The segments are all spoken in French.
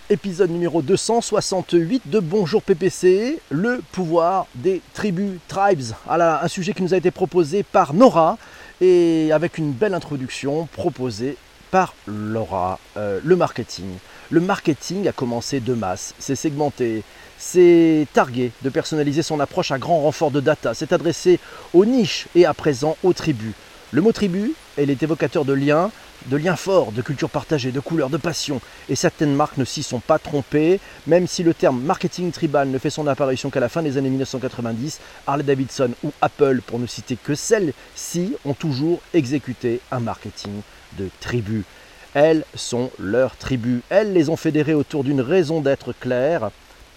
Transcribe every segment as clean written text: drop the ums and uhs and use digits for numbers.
Épisode numéro 268 de Bonjour PPC, le pouvoir des tribus, tribes. Un sujet qui nous a été proposé par Nora et avec une belle introduction proposée par Laura. Le marketing. Le marketing a commencé de masse, c'est segmenté, c'est targué de personnaliser son approche à grand renfort de data, c'est adressé aux niches et à présent aux tribus. Le mot tribu, il est évocateur de liens forts, de culture partagée, de couleurs, de passion. Et certaines marques ne s'y sont pas trompées, même si le terme marketing tribal ne fait son apparition qu'à la fin des années 1990, Harley-Davidson ou Apple, pour ne citer que celles-ci, ont toujours exécuté un marketing de tribu. Elles sont leurs tribus. Elles les ont fédérées autour d'une raison d'être claire.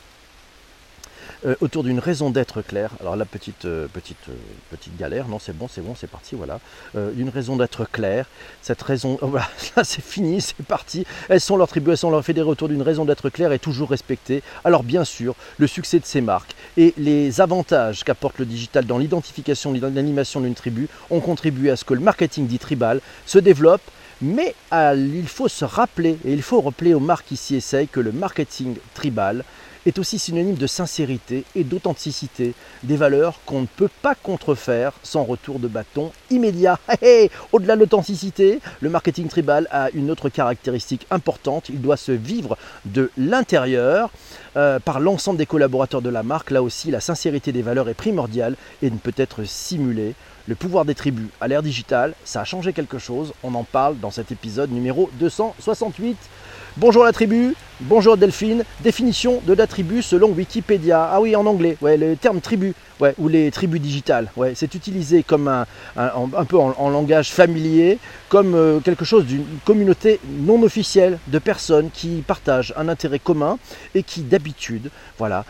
Alors la petite galère, non c'est bon, c'est parti, voilà. D'une raison d'être claire, cette raison, voilà, là c'est fini, c'est parti. Elles sont leurs tribus, elles sont leurs fédérées autour d'une raison d'être claire et toujours respectée. Alors bien sûr, le succès de ces marques et les avantages qu'apporte le digital dans l'identification, l'animation d'une tribu ont contribué à ce que le marketing dit tribal se développe. Mais il faut se rappeler, et il faut rappeler aux marques qui s'y essayent, que le marketing tribal est aussi synonyme de sincérité et d'authenticité, des valeurs qu'on ne peut pas contrefaire sans retour de bâton immédiat. Au-delà de l'authenticité, le marketing tribal a une autre caractéristique importante, il doit se vivre de l'intérieur par l'ensemble des collaborateurs de la marque. Là aussi, la sincérité des valeurs est primordiale et ne peut être simulée. Le pouvoir des tribus à l'ère digitale, ça a changé quelque chose, on en parle dans cet épisode numéro 268. Bonjour la tribu, bonjour Delphine, définition de la tribu selon Wikipédia. Ah oui, en anglais, ouais, le terme tribu, ouais, ou les tribus digitales, ouais, c'est utilisé comme un peu en langage familier, comme quelque chose d'une communauté non officielle de personnes qui partagent un intérêt commun et qui d'habitude, voilà,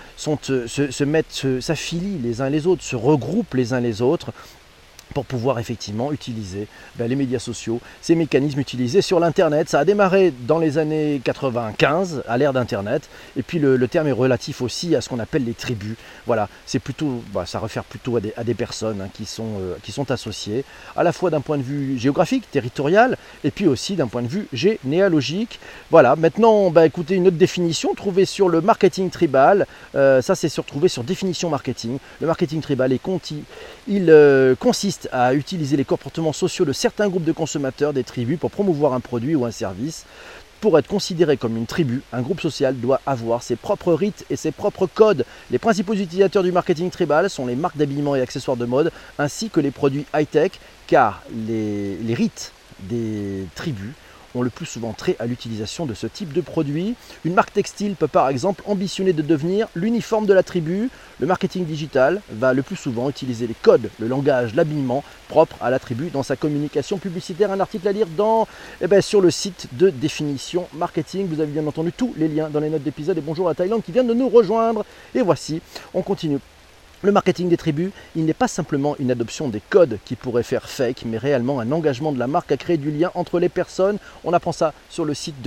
s'affilient les uns les autres, se regroupent les uns les autres, pour pouvoir effectivement utiliser les médias sociaux, ces mécanismes utilisés sur l'Internet. Ça a démarré dans les années 95, à l'ère d'Internet, et puis le terme est relatif aussi à ce qu'on appelle les tribus. Voilà, c'est plutôt, ça réfère plutôt à des personnes qui sont associées, à la fois d'un point de vue géographique, territorial, et puis aussi d'un point de vue généalogique. Voilà, maintenant, écoutez, une autre définition trouvée sur le marketing tribal, ça c'est retrouvé sur définition marketing. Le marketing tribal consiste à utiliser les comportements sociaux de certains groupes de consommateurs des tribus pour promouvoir un produit ou un service. Pour être considéré comme une tribu, un groupe social doit avoir ses propres rites et ses propres codes. Les principaux utilisateurs du marketing tribal sont les marques d'habillement et accessoires de mode, ainsi que les produits high-tech, car les rites des tribus ont le plus souvent trait à l'utilisation de ce type de produit. Une marque textile peut par exemple ambitionner de devenir l'uniforme de la tribu. Le marketing digital va le plus souvent utiliser les codes, le langage, l'habillement propre à la tribu dans sa communication publicitaire. Un article à lire sur le site de Définition Marketing. Vous avez bien entendu tous les liens dans les notes d'épisode. Et bonjour à Thaïlande qui vient de nous rejoindre. Et voici, on continue. Le marketing des tribus, il n'est pas simplement une adoption des codes qui pourrait faire fake, mais réellement un engagement de la marque à créer du lien entre les personnes. On apprend ça sur le site de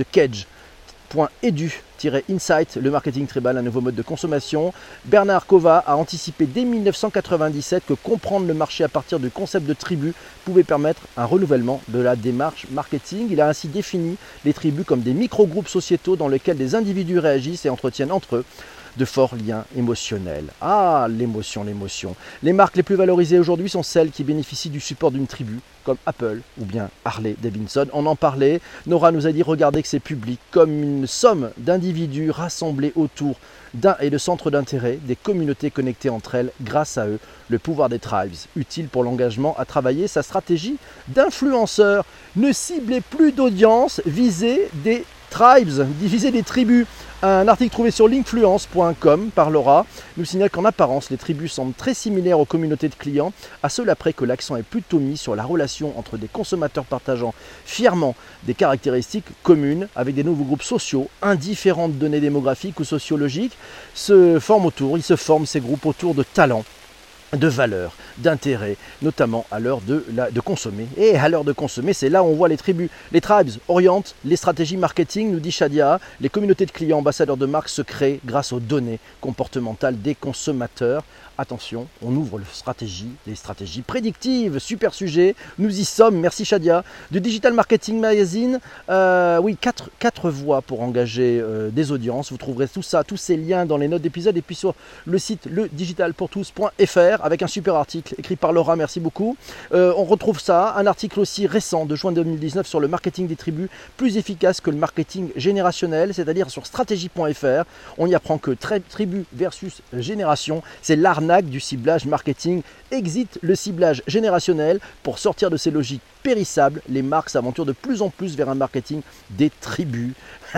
Kedge.edu-insight, le marketing tribal, un nouveau mode de consommation. Bernard Kova a anticipé dès 1997 que comprendre le marché à partir du concept de tribu pouvait permettre un renouvellement de la démarche marketing. Il a ainsi défini les tribus comme des micro-groupes sociétaux dans lesquels des individus réagissent et entretiennent entre eux de forts liens émotionnels. Ah, l'émotion. Les marques les plus valorisées aujourd'hui sont celles qui bénéficient du support d'une tribu, comme Apple ou bien Harley-Davidson. On en parlait, Nora nous a dit regardez que c'est public, comme une somme d'individus rassemblés autour d'un et de centres d'intérêt, des communautés connectées entre elles grâce à eux. Le pouvoir des tribes, utile pour l'engagement à travailler sa stratégie d'influenceur. Ne ciblez plus d'audience, visez des tribes, diviser des tribus. Un article trouvé sur linkfluence.com par Laura nous signale qu'en apparence, les tribus semblent très similaires aux communautés de clients, à cela près que l'accent est plutôt mis sur la relation entre des consommateurs partageant fièrement des caractéristiques communes avec des nouveaux groupes sociaux, indifférents de données démographiques ou sociologiques, ils se forment ces groupes autour de talents, de valeurs, d'intérêts, notamment à l'heure de consommer. Et à l'heure de consommer, c'est là où on voit les tribus. Les tribes orientent les stratégies marketing, nous dit Shadia. Les communautés de clients ambassadeurs de marque se créent grâce aux données comportementales des consommateurs. attention, on ouvre les stratégies prédictives, super sujet, nous y sommes, merci Shadia, du Digital Marketing Magazine, oui, quatre voies pour engager des audiences, vous trouverez tout ça, tous ces liens dans les notes d'épisode et puis sur le site ledigitalpourtous.fr avec un super article écrit par Laura, merci beaucoup. On retrouve ça, un article aussi récent de juin 2019 sur le marketing des tribus, plus efficace que le marketing générationnel, c'est-à-dire sur stratégie.fr, on y apprend que tribu versus génération, c'est l'arnaque du ciblage marketing. Exit le ciblage générationnel pour sortir de ces logiques périssables. Les marques s'aventurent de plus en plus vers un marketing des tribus.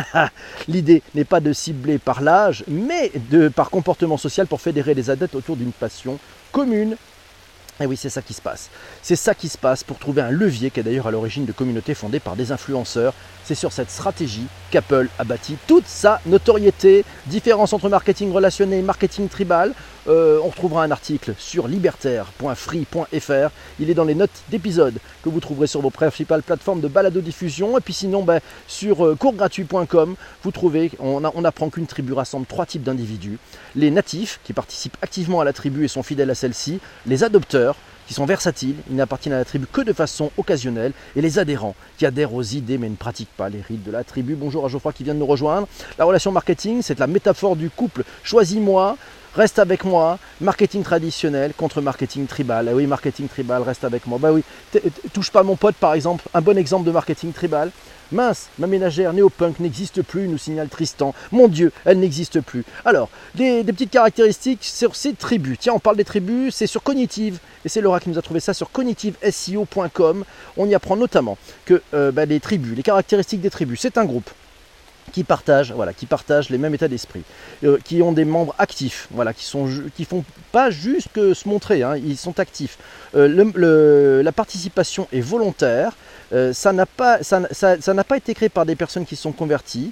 L'idée n'est pas de cibler par l'âge, mais par comportement social pour fédérer les adeptes autour d'une passion commune. Et oui, c'est ça qui se passe. C'est ça qui se passe pour trouver un levier qui est d'ailleurs à l'origine de communautés fondées par des influenceurs. C'est sur cette stratégie qu'Apple a bâti toute sa notoriété. Différence entre marketing relationné et marketing tribal. On retrouvera un article sur libertaire.free.fr. Il est dans les notes d'épisode que vous trouverez sur vos principales plateformes de balado-diffusion. Et puis sinon, sur coursgratuit.com, vous trouvez, on apprend qu'une tribu rassemble 3 types d'individus. Les natifs, qui participent activement à la tribu et sont fidèles à celle-ci. Les adopteurs, qui sont versatiles, ils n'appartiennent à la tribu que de façon occasionnelle, et les adhérents, qui adhèrent aux idées mais ne pratiquent pas les rites de la tribu. Bonjour à Geoffroy qui vient de nous rejoindre. La relation marketing, c'est la métaphore du couple « choisis-moi ». Reste avec moi, marketing traditionnel contre marketing tribal. Ah oui, marketing tribal, reste avec moi. Bah oui, touche pas mon pote par exemple, un bon exemple de marketing tribal. Mince, ma ménagère néopunk n'existe plus, nous signale Tristan. Mon Dieu, elle n'existe plus. Alors, des petites caractéristiques sur ces tribus. Tiens, on parle des tribus, c'est sur Cognitive. Et c'est Laura qui nous a trouvé ça sur cognitiveseo.com. On y apprend notamment que les tribus, les caractéristiques des tribus, c'est un groupe qui partagent les mêmes états d'esprit, qui ont des membres actifs, qui font pas juste que se montrer, hein, ils sont actifs. La participation est volontaire, ça n'a pas été créé par des personnes qui sont converties.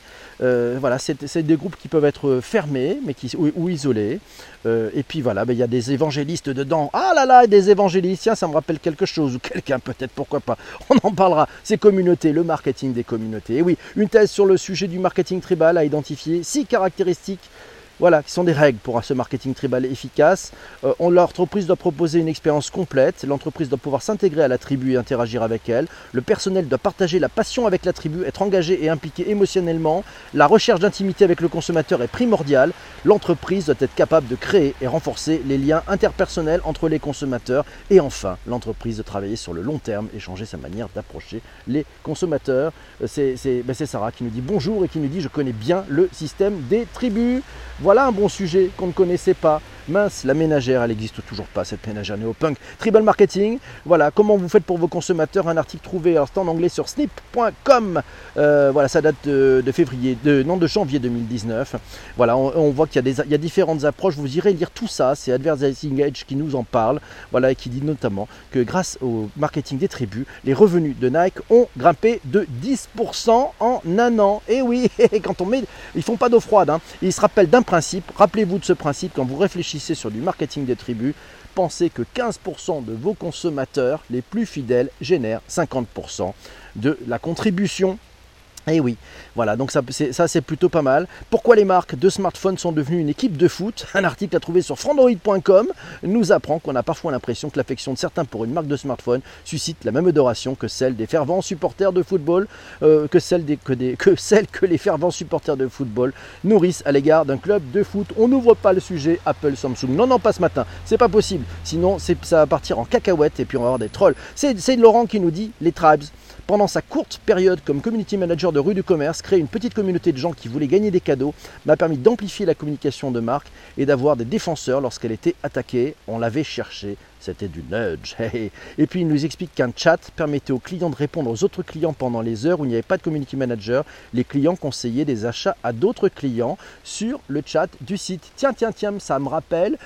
C'est des groupes qui peuvent être fermés ou isolés. Et puis voilà, il y a des évangélistes dedans. Ah là là, des évangélistes, tiens, ça me rappelle quelque chose, ou quelqu'un peut-être, pourquoi pas. On en parlera. Ces communautés, le marketing des communautés. Et oui, une thèse sur le sujet du marketing tribal a identifié 6 caractéristiques. Voilà, qui sont des règles pour ce marketing tribal efficace. L'entreprise doit proposer une expérience complète. L'entreprise doit pouvoir s'intégrer à la tribu et interagir avec elle. Le personnel doit partager la passion avec la tribu, être engagé et impliqué émotionnellement. La recherche d'intimité avec le consommateur est primordiale. L'entreprise doit être capable de créer et renforcer les liens interpersonnels entre les consommateurs. Et enfin, l'entreprise doit travailler sur le long terme et changer sa manière d'approcher les consommateurs. C'est Sarah qui nous dit bonjour et qui nous dit je connais bien le système des tribus. Voilà un bon sujet qu'on ne connaissait pas. Mince, la ménagère, elle n'existe toujours pas, cette ménagère néopunk. Tribal marketing, voilà, comment vous faites pour vos consommateurs, un article trouvé, alors c'est en anglais sur snip.com. Ça date de janvier 2019. Voilà, on voit qu'il y a différentes approches, vous irez lire tout ça, c'est Advertising Edge qui nous en parle, voilà, et qui dit notamment que grâce au marketing des tribus, les revenus de Nike ont grimpé de 10% en un an. Et oui, quand on met, ils font pas d'eau froide, hein. Ils se rappellent d'un principe, rappelez-vous de ce principe quand vous réfléchissez sur du marketing des tribus, pensez que 15% de vos consommateurs les plus fidèles génèrent 50% de la contribution. Et oui, voilà, donc ça c'est plutôt pas mal. Pourquoi les marques de smartphones sont devenues une équipe de foot? Un article à trouver sur frandroid.com nous apprend qu'on a parfois l'impression que l'affection de certains pour une marque de smartphone suscite la même adoration que celle des fervents supporters de football, que celle que les fervents supporters de football nourrissent à l'égard d'un club de foot. On n'ouvre pas le sujet Apple, Samsung. Non, pas ce matin, c'est pas possible. Sinon, ça va partir en cacahuète et puis on va avoir des trolls. C'est Laurent qui nous dit les tribes. Pendant sa courte période comme community manager de rue du commerce, créer une petite communauté de gens qui voulaient gagner des cadeaux m'a permis d'amplifier la communication de marque et d'avoir des défenseurs lorsqu'elle était attaquée. On l'avait cherché. C'était du nudge. Et puis il nous explique qu'un chat permettait aux clients de répondre aux autres clients pendant les heures où il n'y avait pas de community manager. Les clients conseillaient des achats à d'autres clients sur le chat du site. Tiens, ça me rappelle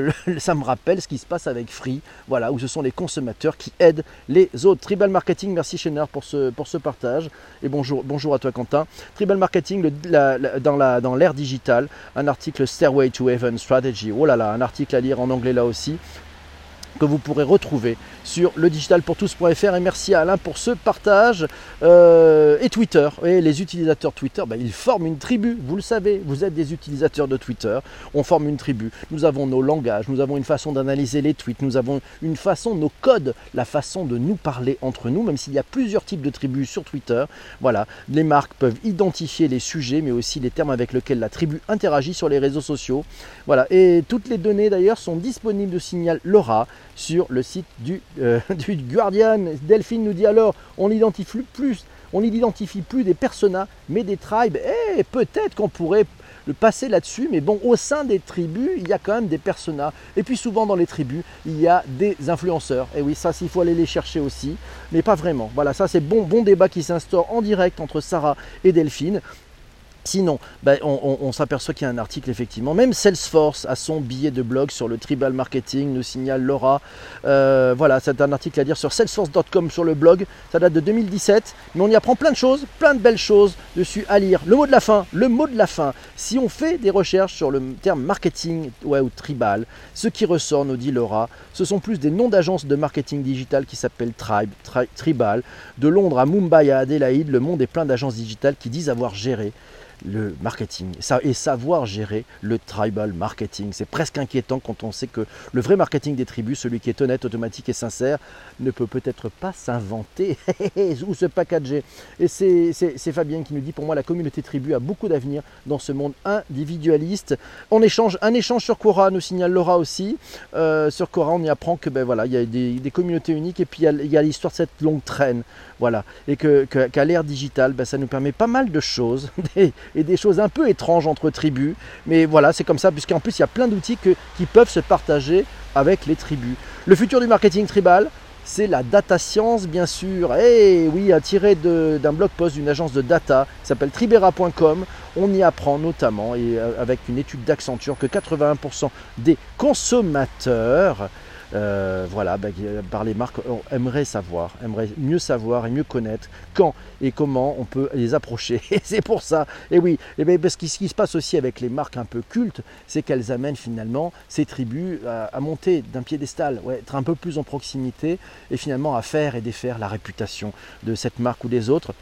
ce qui se passe avec Free, voilà, où ce sont les consommateurs qui aident les autres. Tribal Marketing, merci Schenner pour ce partage. Et bonjour à toi Quentin. Tribal Marketing dans l'ère digitale, un article Stairway to Heaven Strategy. Oh là là, un article à lire en anglais là aussi. que vous pourrez retrouver sur ledigitalpourtous.fr. Et merci à Alain pour ce partage. Et Twitter, et les utilisateurs Twitter, ils forment une tribu, vous le savez, vous êtes des utilisateurs de Twitter, on forme une tribu, nous avons nos langages, nous avons une façon d'analyser les tweets, nous avons une façon, nos codes, la façon de nous parler entre nous, même s'il y a plusieurs types de tribus sur Twitter. Voilà, les marques peuvent identifier les sujets, mais aussi les termes avec lesquels la tribu interagit sur les réseaux sociaux. Voilà, et toutes les données d'ailleurs sont disponibles, signale Laura, sur le site du Guardian. Delphine nous dit alors, on n'identifie plus des personas, mais des tribes. Et peut-être qu'on pourrait le passer là-dessus, mais bon, au sein des tribus, il y a quand même des personas. Et puis souvent dans les tribus, il y a des influenceurs. Et oui, ça, il faut aller les chercher aussi, mais pas vraiment. Voilà, ça c'est bon débat qui s'instaure en direct entre Sarah et Delphine. Sinon, on s'aperçoit qu'il y a un article, effectivement. Même Salesforce a son billet de blog sur le tribal marketing, nous signale Laura. Voilà, c'est un article à dire sur salesforce.com sur le blog. Ça date de 2017, mais on y apprend plein de choses, plein de belles choses dessus à lire. Le mot de la fin. Si on fait des recherches sur le terme marketing ou tribal, ce qui ressort, nous dit Laura, ce sont plus des noms d'agences de marketing digital qui s'appellent tribal. De Londres à Mumbai à Adélaïde, le monde est plein d'agences digitales qui disent avoir géré le marketing et savoir gérer le tribal marketing. C'est presque inquiétant quand on sait que le vrai marketing des tribus, celui qui est honnête, automatique et sincère, ne peut peut-être pas s'inventer ou se packager. Et c'est Fabienne qui nous dit, pour moi la communauté tribu a beaucoup d'avenir dans ce monde individualiste. Un échange sur Quora, nous signale Laura aussi. Sur Quora, on y apprend que voilà, il y a des communautés uniques, et puis il y a l'histoire de cette longue traîne. Voilà, et qu'à l'ère digitale, ça nous permet pas mal de choses et des choses un peu étranges entre tribus. Mais voilà, c'est comme ça, puisqu'en plus, il y a plein d'outils qui peuvent se partager avec les tribus. Le futur du marketing tribal, c'est la data science, bien sûr. Et oui, tiré d'un blog post d'une agence de data qui s'appelle tribera.com. On y apprend notamment, et avec une étude d'Accenture, que 81% des consommateurs par les marques, aimerait mieux savoir et mieux connaître quand et comment on peut les approcher. Et c'est pour ça, et oui, parce que ce qui se passe aussi avec les marques un peu cultes, c'est qu'elles amènent finalement ces tribus à monter d'un piédestal, être un peu plus en proximité, et finalement à faire et défaire la réputation de cette marque ou des autres.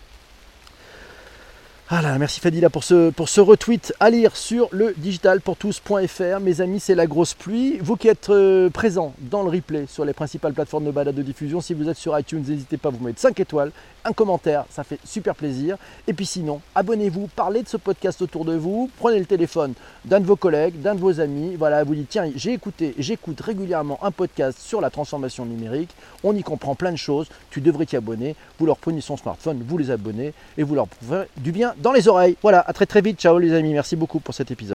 Voilà, merci Fadila pour ce retweet à lire sur le digitalpourtous.fr. Mes amis, c'est la grosse pluie. Vous qui êtes présents dans le replay sur les principales plateformes de balade de diffusion, si vous êtes sur iTunes, n'hésitez pas à vous mettre 5 étoiles, un commentaire, ça fait super plaisir. Et puis sinon, abonnez-vous, parlez de ce podcast autour de vous, prenez le téléphone d'un de vos collègues, d'un de vos amis, voilà, vous dites tiens, j'écoute régulièrement un podcast sur la transformation numérique, on y comprend plein de choses, tu devrais t'y abonner. Vous leur prenez son smartphone, vous les abonnez et vous leur ferez du bien dans les oreilles. Voilà, à très vite, ciao les amis, merci beaucoup pour cet épisode.